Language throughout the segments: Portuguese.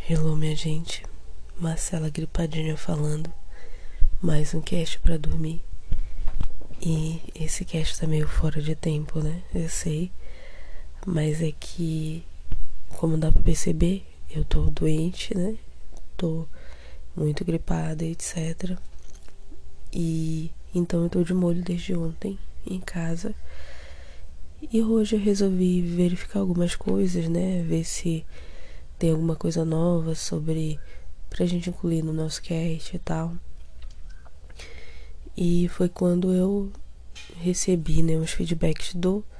Hello, minha gente. Marcela gripadinha falando. Mais um cast pra dormir. E esse cast tá meio fora de tempo, né? Eu sei. Mas é que, como dá pra perceber, eu tô doente, né? Tô muito gripada, etc. E então eu tô de molho desde ontem em casa. E hoje eu resolvi verificar algumas coisas, né? Ver se tem alguma coisa nova pra gente incluir no nosso cast e tal. E foi quando eu recebi, né, uns feedbacks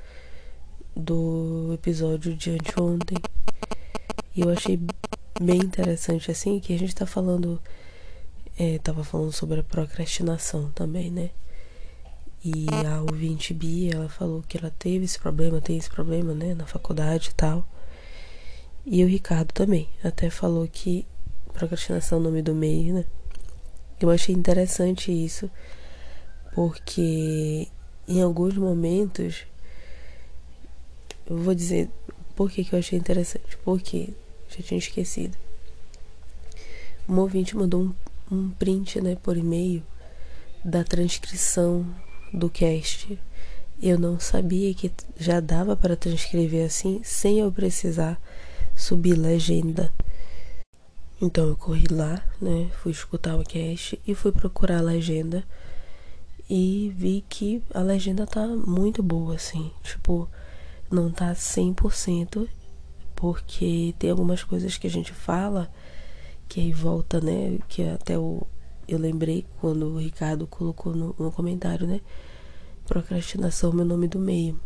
do episódio de anteontem. E eu achei bem interessante, assim, que a gente tava falando sobre a procrastinação também, né? E a ouvinte Bia, ela falou que ela tem esse problema, né, na faculdade e tal. E o Ricardo também, até falou que procrastinação é o nome do mês, né? Eu achei interessante isso, porque em alguns momentos, eu vou dizer por que eu achei interessante, porque já tinha esquecido. Um ouvinte mandou um print, né, por e-mail da transcrição do cast. Eu não sabia que já dava para transcrever assim, sem eu precisar subir legenda. Então eu corri lá, né, fui escutar o cast e fui procurar a legenda e vi que a legenda tá muito boa, assim, tipo, não tá 100%, porque tem algumas coisas que a gente fala que aí volta, né, que até eu lembrei quando o Ricardo colocou no comentário, né, procrastinação, meu nome do meio.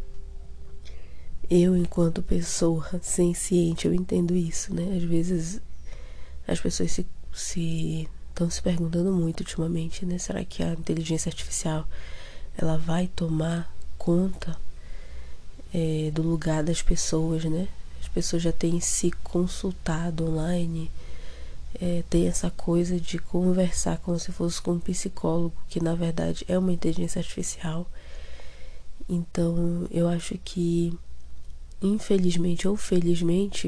Eu, enquanto pessoa senciente, eu entendo isso, né, às vezes as pessoas se estão se perguntando muito ultimamente, né? Será que a inteligência artificial ela vai tomar conta do lugar das pessoas, né? As pessoas já têm se consultado online, tem essa coisa de conversar como se fosse com um psicólogo, que na verdade é uma inteligência artificial. Então eu acho que, infelizmente ou felizmente,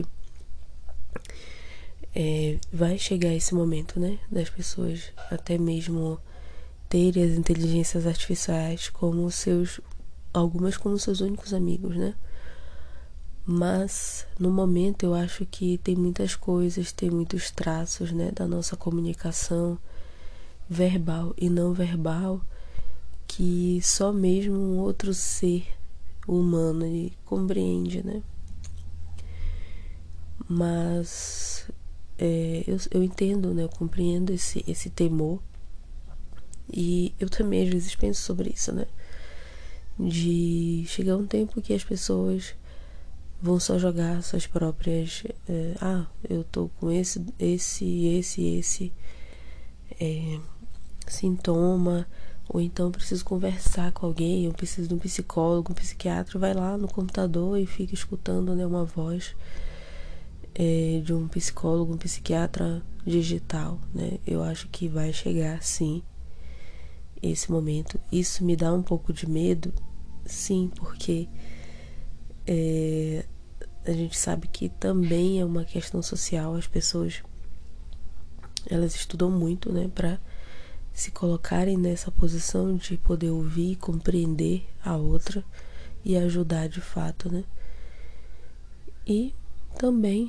vai chegar esse momento, né, das pessoas até mesmo terem as inteligências artificiais como algumas como seus únicos amigos, né? Mas no momento eu acho que tem muitas coisas, tem muitos traços, né, da nossa comunicação verbal e não verbal que só mesmo um outro ser humano ele compreende, né? Mas eu entendo, né? Eu compreendo esse temor. E eu também às vezes penso sobre isso, né? De chegar um tempo que as pessoas vão só jogar suas próprias... eu tô com esse sintoma, ou então preciso conversar com alguém, eu preciso de um psicólogo, um psiquiatra, vai lá no computador e fica escutando, né, uma voz de um psicólogo, um psiquiatra digital, né? Eu acho que vai chegar sim esse momento. Isso me dá um pouco de medo, sim, porque a gente sabe que também é uma questão social. As pessoas elas estudam muito, né, para se colocarem nessa posição de poder ouvir, compreender a outra e ajudar de fato, né? E também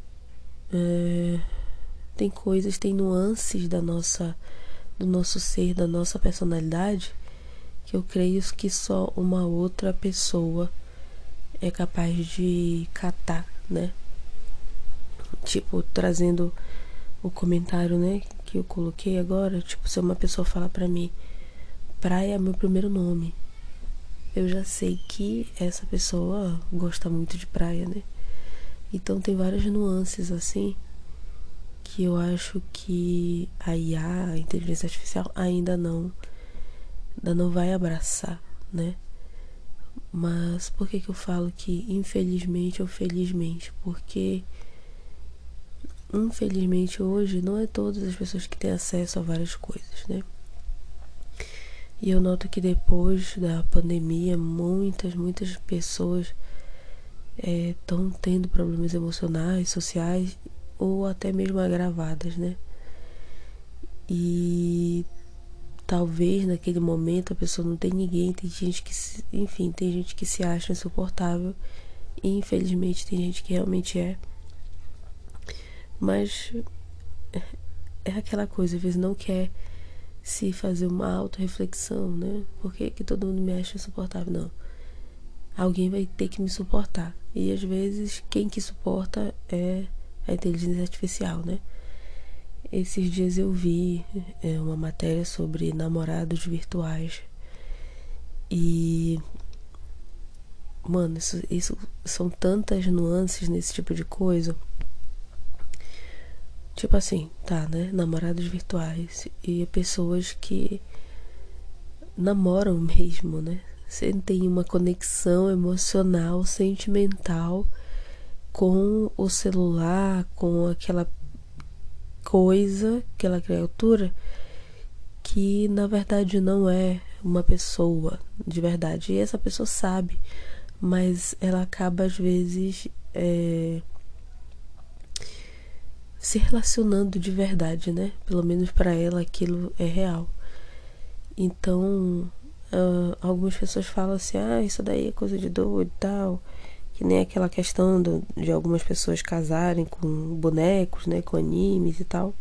tem nuances do nosso ser, da nossa personalidade, que eu creio que só uma outra pessoa é capaz de catar, né? Tipo, trazendo o comentário, né, que eu coloquei agora, tipo, se uma pessoa fala pra mim, praia é meu primeiro nome, eu já sei que essa pessoa gosta muito de praia, né? Então tem várias nuances assim que eu acho que a IA, a inteligência artificial, ainda não vai abraçar, né? Mas por que eu falo que infelizmente ou felizmente? Porque infelizmente hoje não é todas as pessoas que têm acesso a várias coisas, né? E eu noto que depois da pandemia muitas pessoas estão tendo problemas emocionais, sociais, ou até mesmo agravadas, né? E talvez naquele momento a pessoa não tem ninguém, tem gente que enfim, tem gente que se acha insuportável e infelizmente tem gente que realmente é. Mas é aquela coisa, às vezes não quer se fazer uma autorreflexão, né? Por que todo mundo me acha insuportável? Não. Alguém vai ter que me suportar. E às vezes quem que suporta é a inteligência artificial, né? Esses dias eu vi uma matéria sobre namorados virtuais. E, mano, isso são tantas nuances nesse tipo de coisa. Tipo assim, tá, né? Namorados virtuais e pessoas que namoram mesmo, né? Sentem uma conexão emocional, sentimental com o celular, com aquela coisa, aquela criatura que na verdade não é uma pessoa de verdade. E essa pessoa sabe, mas ela acaba às vezes se relacionando de verdade, né? Pelo menos para ela aquilo é real. Então, algumas pessoas falam assim, isso daí é coisa de doido e tal. Que nem aquela questão de algumas pessoas casarem com bonecos, né? Com animes e tal.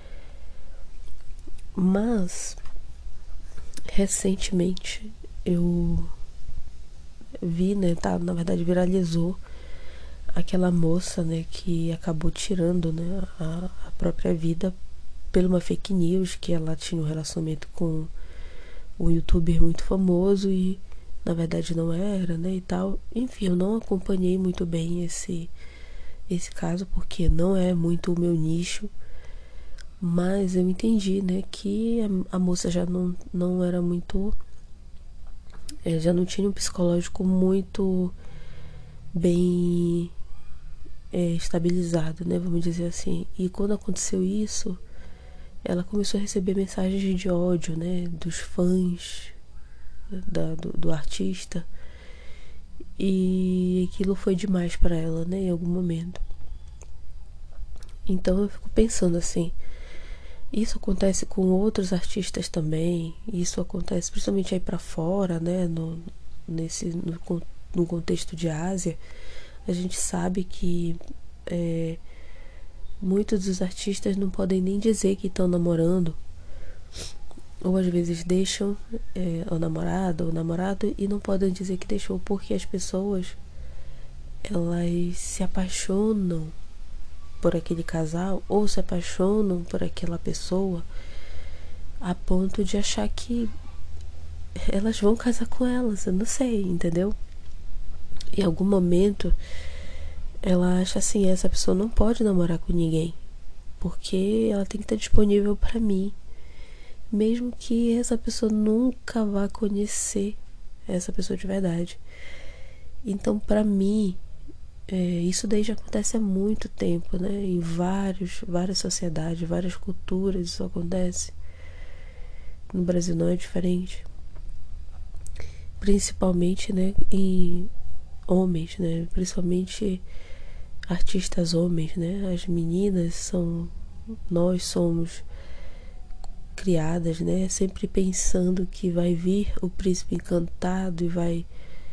Mas, recentemente, eu vi, né? Tá, na verdade, viralizou aquela moça, né? Que acabou tirando, né? A própria vida por uma fake news, que ela tinha um relacionamento com um youtuber muito famoso e na verdade não era, né, e tal. Enfim, eu não acompanhei muito bem esse caso, porque não é muito o meu nicho, mas eu entendi, né, que a moça já não era muito, já não tinha um psicológico muito bem estabilizado, né, vamos dizer assim. E quando aconteceu isso, ela começou a receber mensagens de ódio, né, dos fãs do artista, e aquilo foi demais para ela, né, em algum momento. Então eu fico pensando assim, isso acontece com outros artistas também, isso acontece principalmente aí para fora, né, no contexto de Ásia. A gente sabe que muitos dos artistas não podem nem dizer que estão namorando, ou às vezes deixam o namorado ou o namorado e não podem dizer que deixou, porque as pessoas elas se apaixonam por aquele casal ou se apaixonam por aquela pessoa a ponto de achar que elas vão casar com elas, eu não sei, entendeu? Em algum momento ela acha assim, essa pessoa não pode namorar com ninguém, porque ela tem que estar disponível para mim, mesmo que essa pessoa nunca vá conhecer essa pessoa de verdade. Então, para mim, isso daí já acontece há muito tempo, né? Em várias sociedades, várias culturas isso acontece. No Brasil não é diferente. Principalmente, né, em homens, né? Principalmente artistas homens, né? As meninas nós somos criadas, né? Sempre pensando que vai vir o príncipe encantado e vai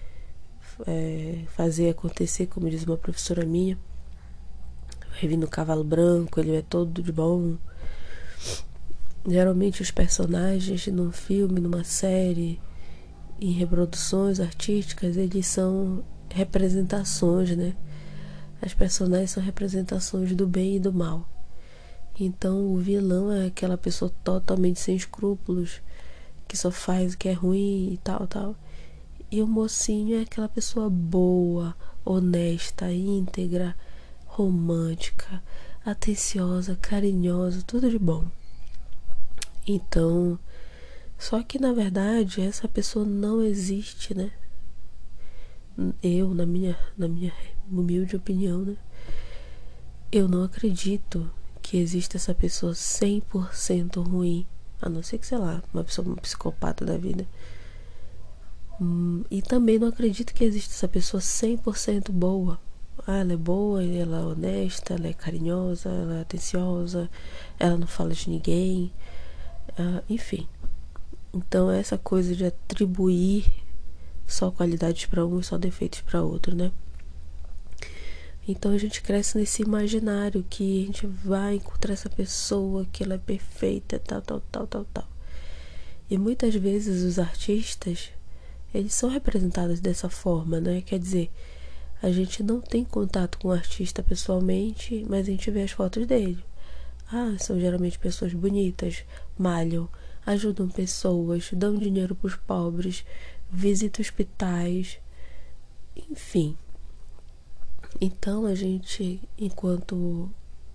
fazer acontecer, como diz uma professora minha. Vai vir no cavalo branco, ele é todo de bom. Geralmente os personagens num filme, numa série, em reproduções artísticas, eles são representações, né? As personagens são representações do bem e do mal. Então o vilão é aquela pessoa totalmente sem escrúpulos, que só faz o que é ruim e tal, tal. E o mocinho é aquela pessoa boa, honesta, íntegra, romântica, atenciosa, carinhosa, tudo de bom. Então, só que na verdade essa pessoa não existe, né? Eu, na minha humilde opinião, né? Eu não acredito que exista essa pessoa 100% ruim, a não ser que, sei lá, uma pessoa um psicopata da vida. E também não acredito que exista essa pessoa 100% boa, ela é boa, ela é honesta, ela é carinhosa, ela é atenciosa, ela não fala de ninguém, enfim. Então essa coisa de atribuir só qualidades para um e só defeitos para outro, né? Então a gente cresce nesse imaginário que a gente vai encontrar essa pessoa, que ela é perfeita, tal. E muitas vezes os artistas, eles são representados dessa forma, né? Quer dizer, a gente não tem contato com o artista pessoalmente, mas a gente vê as fotos dele. São geralmente pessoas bonitas, malham, ajudam pessoas, dão dinheiro para os pobres, visitam hospitais, enfim. Então a gente, enquanto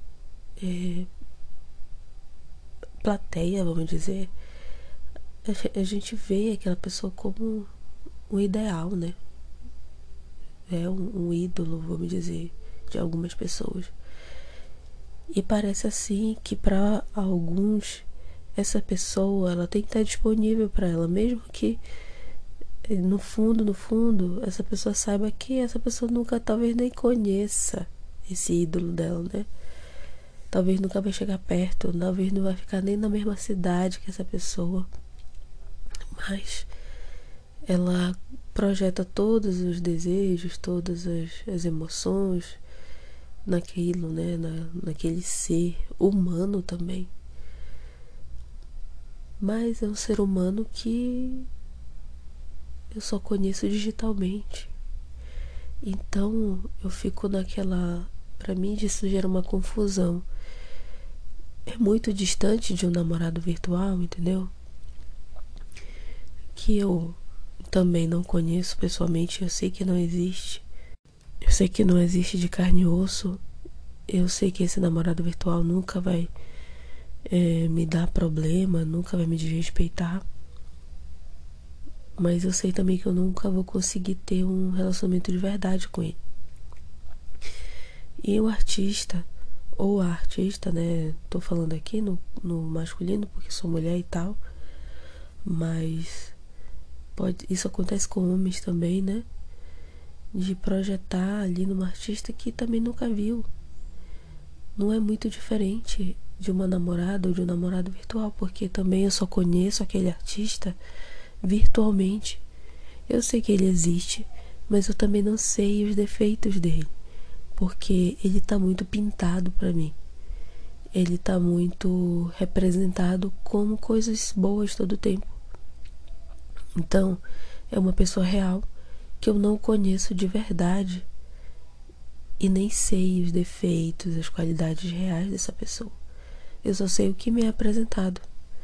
plateia, vamos dizer, a gente vê aquela pessoa como um ideal, né? É um ídolo, vamos dizer, de algumas pessoas. E parece assim que para alguns essa pessoa, ela tem que estar disponível para ela, mesmo que no fundo, essa pessoa saiba que essa pessoa nunca, talvez nem conheça esse ídolo dela, né? Talvez nunca vai chegar perto, talvez não vai ficar nem na mesma cidade que essa pessoa, mas ela projeta todos os desejos, todas as emoções naquilo, né? Naquele ser humano também. Mas é um ser humano que eu só conheço digitalmente. Então eu fico naquela... Pra mim isso gera uma confusão. É muito distante de um namorado virtual, entendeu? Que eu também não conheço pessoalmente. Eu sei que não existe. Eu sei que não existe de carne e osso. Eu sei que esse namorado virtual nunca vai me dar problema, nunca vai me desrespeitar. Mas eu sei também que eu nunca vou conseguir ter um relacionamento de verdade com ele. E o artista, ou a artista, né? Tô falando aqui no masculino porque sou mulher e tal. Mas isso acontece com homens também, né? De projetar ali numa artista que também nunca viu. Não é muito diferente de uma namorada ou de um namorado virtual, porque também eu só conheço aquele artista virtualmente. Eu sei que ele existe, mas eu também não sei os defeitos dele, porque ele tá muito pintado pra mim. Ele tá muito representado como coisas boas todo o tempo. Então, é uma pessoa real que eu não conheço de verdade e nem sei os defeitos, as qualidades reais dessa pessoa. Eu só sei o que me é apresentado.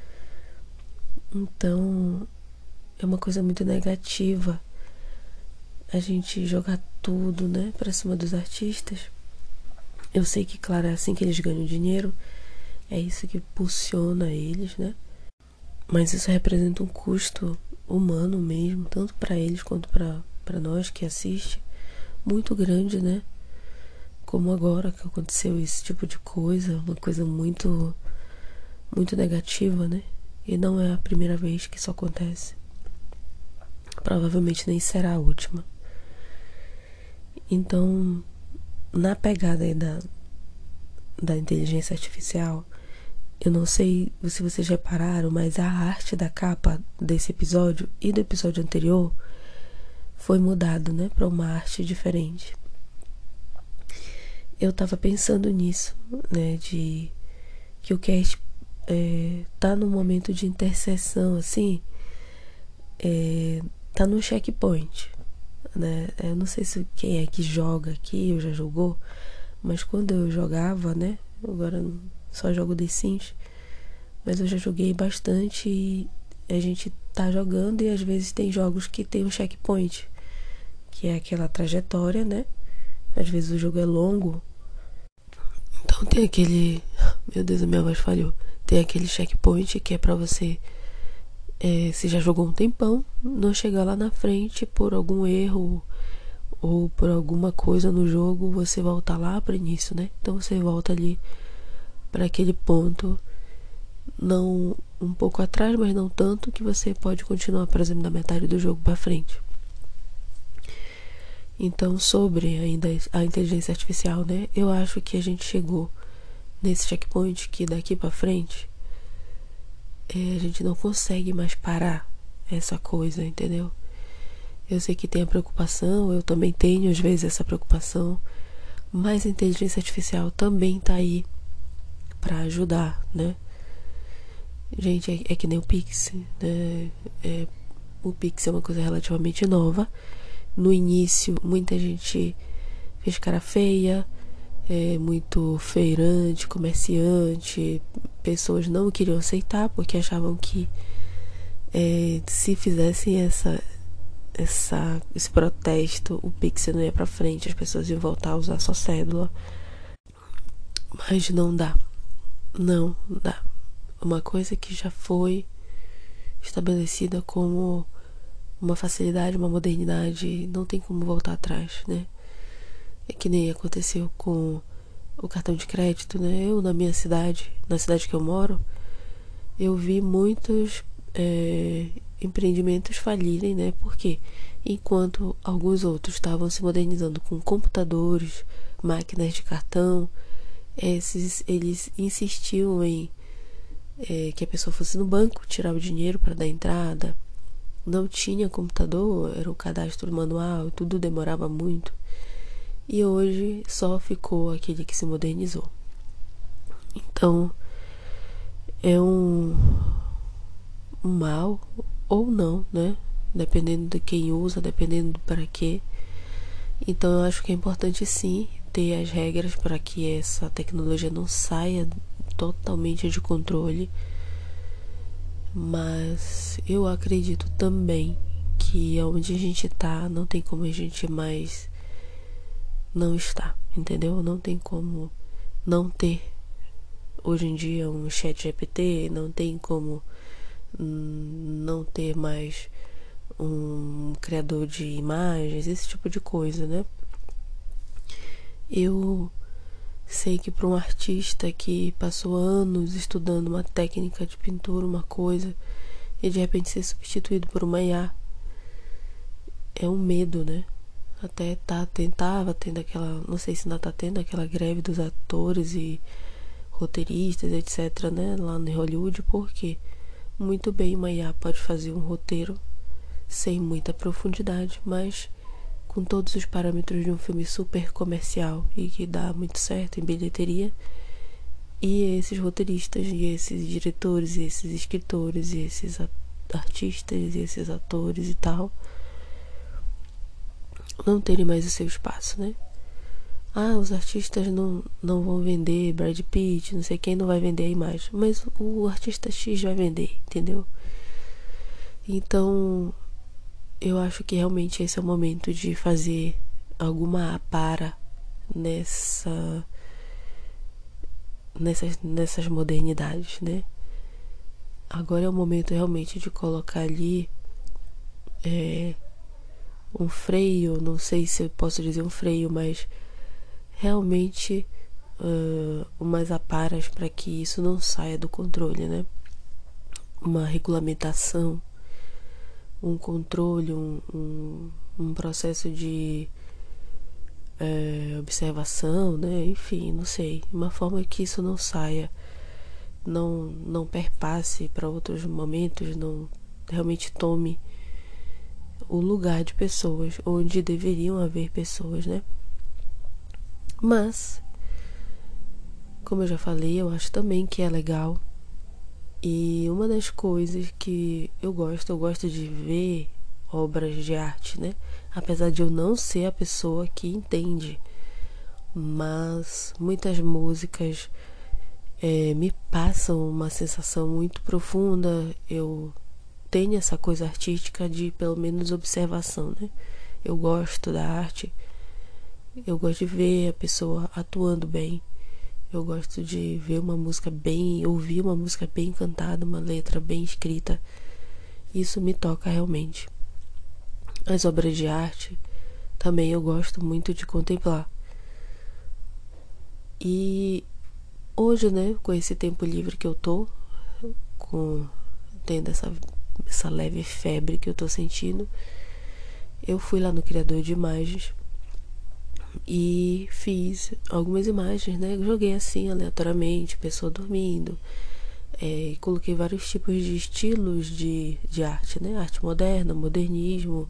Então, é uma coisa muito negativa a gente jogar tudo, né, pra cima dos artistas. Eu sei que, claro, é assim que eles ganham dinheiro, é isso que impulsiona eles, né? Mas isso representa um custo humano mesmo, tanto pra eles quanto pra nós que assiste, muito grande, né? Como agora que aconteceu esse tipo de coisa, uma coisa muito, muito negativa, né? E não é a primeira vez que isso acontece. Provavelmente nem será a última. Então, na pegada aí da inteligência artificial, eu não sei se vocês repararam, mas a arte da capa desse episódio e do episódio anterior foi mudado, né, para uma arte diferente. Eu tava pensando nisso, né, de que o cast tá num momento de interseção, assim, tá no checkpoint, né? Eu não sei se quem é que joga aqui, eu já jogou, mas quando eu jogava, né, agora só jogo The Sims, mas eu já joguei bastante e a gente tá jogando e às vezes tem jogos que tem um checkpoint, que é aquela trajetória, né? Às vezes o jogo é longo, então tem aquele... Meu Deus, a minha voz falhou. Tem aquele checkpoint que é pra você, se já jogou um tempão, não chegar lá na frente por algum erro ou por alguma coisa no jogo, você volta lá pro início, né? Então você volta ali para aquele ponto, não um pouco atrás, mas não tanto, que você pode continuar, por exemplo, da metade do jogo para frente. Então, sobre ainda a inteligência artificial, né? Eu acho que a gente chegou nesse checkpoint que daqui pra frente a gente não consegue mais parar essa coisa, entendeu? Eu sei que tem a preocupação, eu também tenho às vezes essa preocupação, mas a inteligência artificial também tá aí pra ajudar, né? Gente, é que nem o Pix, né? O Pix é uma coisa relativamente nova. No início, muita gente fez cara feia, muito feirante, comerciante, pessoas não queriam aceitar porque achavam que se fizessem esse protesto, o Pix não ia pra frente, as pessoas iam voltar a usar só cédula. Mas não dá. Não dá. Uma coisa que já foi estabelecida como uma facilidade, uma modernidade, não tem como voltar atrás, né? É que nem aconteceu com o cartão de crédito, né? Eu, na minha cidade, na cidade que eu moro, eu vi muitos empreendimentos falirem, né? Porque enquanto alguns outros estavam se modernizando com computadores, máquinas de cartão, eles insistiam em que a pessoa fosse no banco, tirar o dinheiro para dar entrada. Não tinha computador, era o cadastro manual, tudo demorava muito. E hoje só ficou aquele que se modernizou. Então, é um mal ou não, né? Dependendo de quem usa, dependendo para quê. Então, eu acho que é importante sim ter as regras para que essa tecnologia não saia totalmente de controle. Mas eu acredito também que onde a gente tá, não tem como a gente mais não estar, entendeu? Não tem como não ter hoje em dia um chat GPT, não tem como não ter mais um criador de imagens, esse tipo de coisa, né? Eu sei que para um artista que passou anos estudando uma técnica de pintura, uma coisa, e de repente ser substituído por uma IA, é um medo, né? Até tava tendo aquela, não sei se ainda tá tendo aquela greve dos atores e roteiristas, etc, né, lá no Hollywood, porque muito bem uma IA pode fazer um roteiro sem muita profundidade, mas com todos os parâmetros de um filme super comercial e que dá muito certo em bilheteria. E esses roteiristas, e esses diretores, e esses escritores, e esses artistas, e esses atores e tal, não terem mais o seu espaço, né? Ah, os artistas não vão vender Brad Pitt, não sei quem não vai vender a imagem, mas o artista X vai vender, entendeu? Então, eu acho que realmente esse é o momento de fazer alguma apara nessas modernidades, né? Agora é o momento realmente de colocar ali um freio, não sei se eu posso dizer um freio, mas realmente umas aparas para que isso não saia do controle, né? Uma regulamentação, um controle, um processo de observação, né? Enfim, não sei, uma forma que isso não saia, não perpasse para outros momentos, não realmente tome o lugar de pessoas onde deveriam haver pessoas, né? Mas, como eu já falei, eu acho também que é legal. E uma das coisas que eu gosto de ver obras de arte, né? Apesar de eu não ser a pessoa que entende, mas muitas músicas me passam uma sensação muito profunda. Eu tenho essa coisa artística de pelo menos observação, né? Eu gosto da arte, eu gosto de ver a pessoa atuando bem. Eu gosto de ver uma música bem, ouvir uma música bem cantada, uma letra bem escrita. Isso me toca realmente. As obras de arte também eu gosto muito de contemplar. E hoje, né, com esse tempo livre que eu tô, tendo essa leve febre que eu tô sentindo, eu fui lá no criador de imagens e fiz algumas imagens, né? Joguei assim aleatoriamente, pessoa dormindo. Coloquei vários tipos de estilos de arte, né? Arte moderna, modernismo,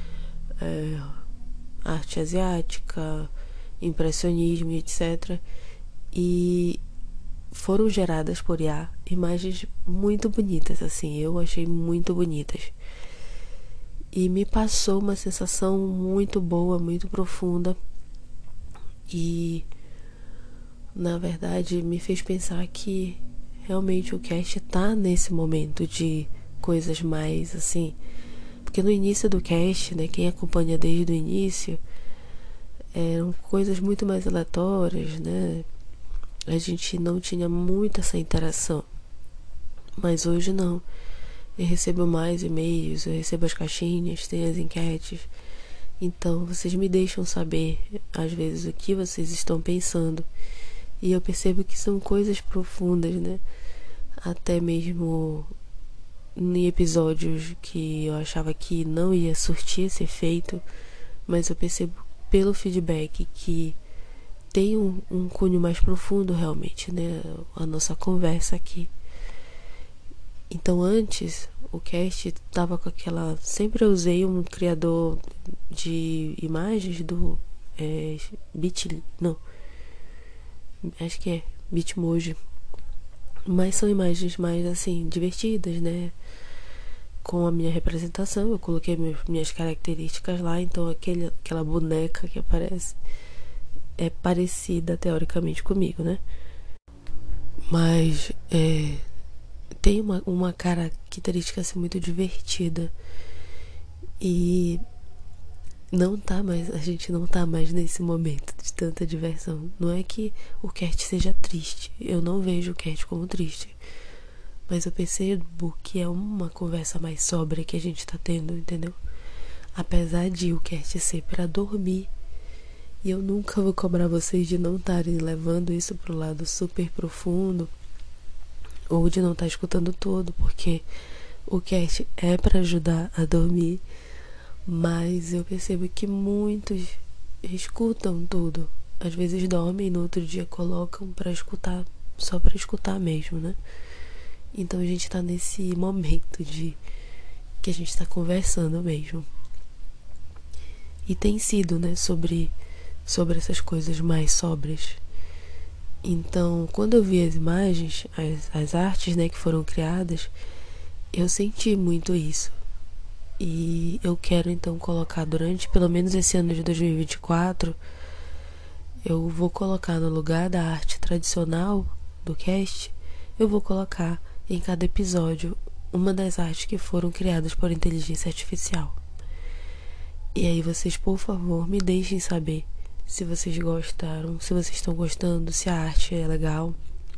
arte asiática, impressionismo, etc. E foram geradas por IA imagens muito bonitas, assim, eu achei muito bonitas. E me passou uma sensação muito boa, muito profunda. E, na verdade, me fez pensar que realmente o cast tá nesse momento de coisas mais, assim. Porque no início do cast, né, quem acompanha desde o início, eram coisas muito mais aleatórias, né? A gente não tinha muito essa interação. Mas hoje não. Eu recebo mais e-mails, eu recebo as caixinhas, tem as enquetes. Então vocês me deixam saber, às vezes, o que vocês estão pensando. E eu percebo que são coisas profundas, né? Até mesmo em episódios que eu achava que não ia surtir esse efeito, mas eu percebo pelo feedback que tem um cunho mais profundo realmente, né? A nossa conversa aqui. Então antes o cast tava com aquela. Sempre eu usei um criador de imagens do Bit. Não. Acho que é Bitmoji. Mas são imagens mais assim, divertidas, né? Com a minha representação, eu coloquei minhas características lá, então aquela boneca que aparece é parecida teoricamente comigo, né? Mas tem uma característica assim, muito divertida. E não tá mais, a gente não tá mais nesse momento de tanta diversão. Não é que o cast seja triste, eu não vejo o cast como triste, mas eu percebo que é uma conversa mais sóbria que a gente tá tendo, entendeu? Apesar de o cast ser pra dormir, e eu nunca vou cobrar vocês de não estarem levando isso pro lado super profundo, ou de não estar escutando tudo, porque o cast é pra ajudar a dormir. Mas eu percebo que muitos escutam tudo. Às vezes dormem e no outro dia colocam pra escutar, só pra escutar mesmo, né? Então a gente tá nesse momento de que a gente tá conversando mesmo. E tem sido, né, sobre essas coisas mais sóbrias. Então, quando eu vi as imagens, as artes, né, que foram criadas, eu senti muito isso. E eu quero então colocar durante pelo menos esse ano de 2024, eu vou colocar no lugar da arte tradicional do cast, eu vou colocar em cada episódio uma das artes que foram criadas por inteligência artificial. E aí vocês, por favor, me deixem saber se vocês gostaram, se vocês estão gostando, se a arte é legal.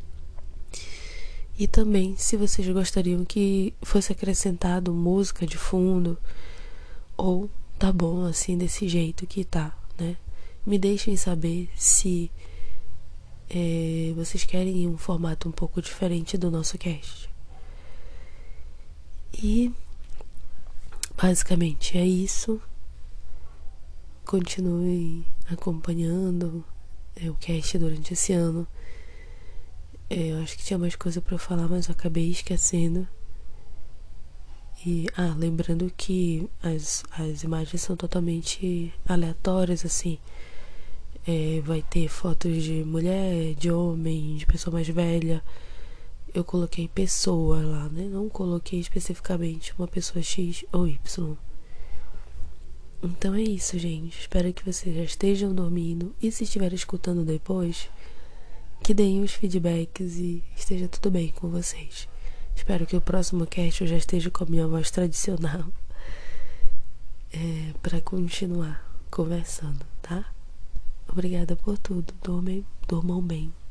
E também se vocês gostariam que fosse acrescentado música de fundo, ou tá bom assim desse jeito que tá, né? Me deixem saber se vocês querem um formato um pouco diferente do nosso cast. E basicamente é isso. Continuem acompanhando o cast durante esse ano. Eu acho que tinha mais coisa pra falar, mas eu acabei esquecendo. E, lembrando que as imagens são totalmente aleatórias, assim. Vai ter fotos de mulher, de homem, de pessoa mais velha. Eu coloquei pessoa lá, né? Não coloquei especificamente uma pessoa X ou Y. Então é isso, gente. Espero que vocês já estejam dormindo. E se estiverem escutando depois, que deem os feedbacks e esteja tudo bem com vocês. Espero que o próximo cast eu já esteja com a minha voz tradicional para continuar conversando, tá? Obrigada por tudo. Durmam bem.